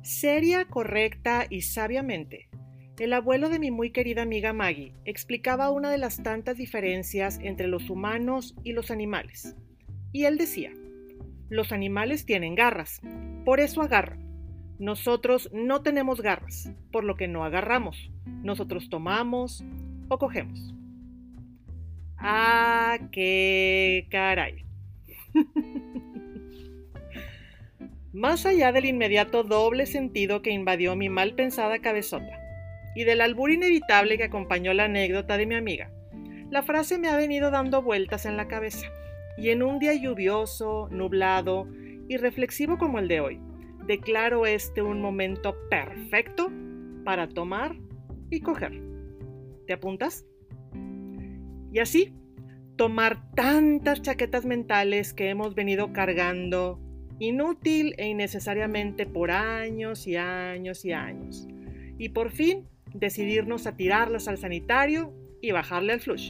Seria, correcta y sabiamente, el abuelo de mi muy querida amiga Maggie explicaba una de las tantas diferencias entre los humanos y los animales. Y él decía, los animales tienen garras, por eso agarran. Nosotros no tenemos garras, por lo que no agarramos. Nosotros tomamos o cogemos. ¡Ah, qué caray! Más allá del inmediato doble sentido que invadió mi mal pensada cabezota, y del albur inevitable que acompañó la anécdota de mi amiga, la frase me ha venido dando vueltas en la cabeza, y en un día lluvioso, nublado y reflexivo como el de hoy, declaro este un momento perfecto para tomar y coger. ¿Te apuntas? Y así, tomar tantas chaquetas mentales que hemos venido cargando inútil e innecesariamente por años y años y años. Y por fin decidirnos a tirarlas al sanitario y bajarle al flush.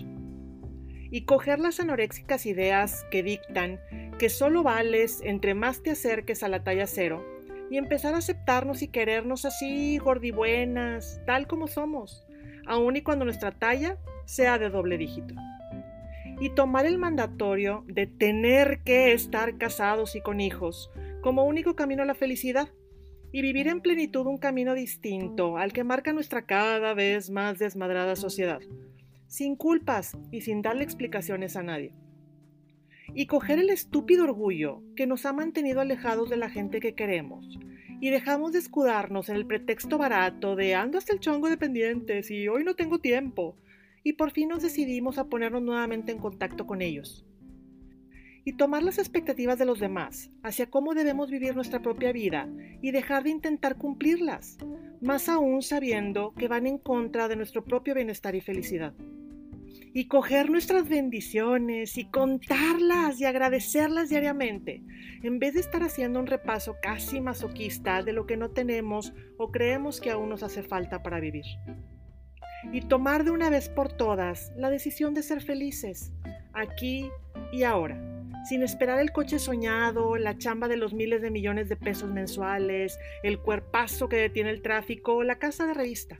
Y coger las anoréxicas ideas que dictan que solo vales entre más te acerques a la talla cero y empezar a aceptarnos y querernos así, gordibuenas, tal como somos, aun y cuando nuestra talla sea de doble dígito. Y tomar el mandatorio de tener que estar casados y con hijos como único camino a la felicidad y vivir en plenitud un camino distinto al que marca nuestra cada vez más desmadrada sociedad, sin culpas y sin darle explicaciones a nadie. Y coger el estúpido orgullo que nos ha mantenido alejados de la gente que queremos y dejamos de escudarnos en el pretexto barato de ando hasta el chongo de pendientes y hoy no tengo tiempo. Y por fin nos decidimos a ponernos nuevamente en contacto con ellos. Y tomar las expectativas de los demás hacia cómo debemos vivir nuestra propia vida y dejar de intentar cumplirlas, más aún sabiendo que van en contra de nuestro propio bienestar y felicidad. Y coger nuestras bendiciones y contarlas y agradecerlas diariamente, en vez de estar haciendo un repaso casi masoquista de lo que no tenemos o creemos que aún nos hace falta para vivir. Y tomar de una vez por todas la decisión de ser felices, aquí y ahora, sin esperar el coche soñado, la chamba de los miles de millones de pesos mensuales, el cuerpazo que detiene el tráfico o la casa de revista.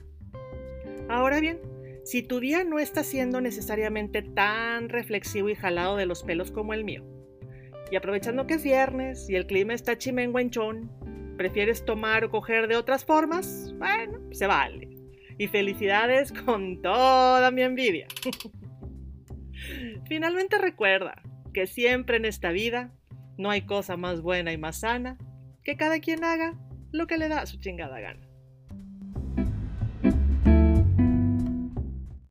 Ahora bien, si tu día no está siendo necesariamente tan reflexivo y jalado de los pelos como el mío, y aprovechando que es viernes y el clima está chimenguenchón, prefieres tomar o coger de otras formas, bueno, se vale. Y felicidades con toda mi envidia. Finalmente recuerda que siempre en esta vida no hay cosa más buena y más sana que cada quien haga lo que le da su chingada gana.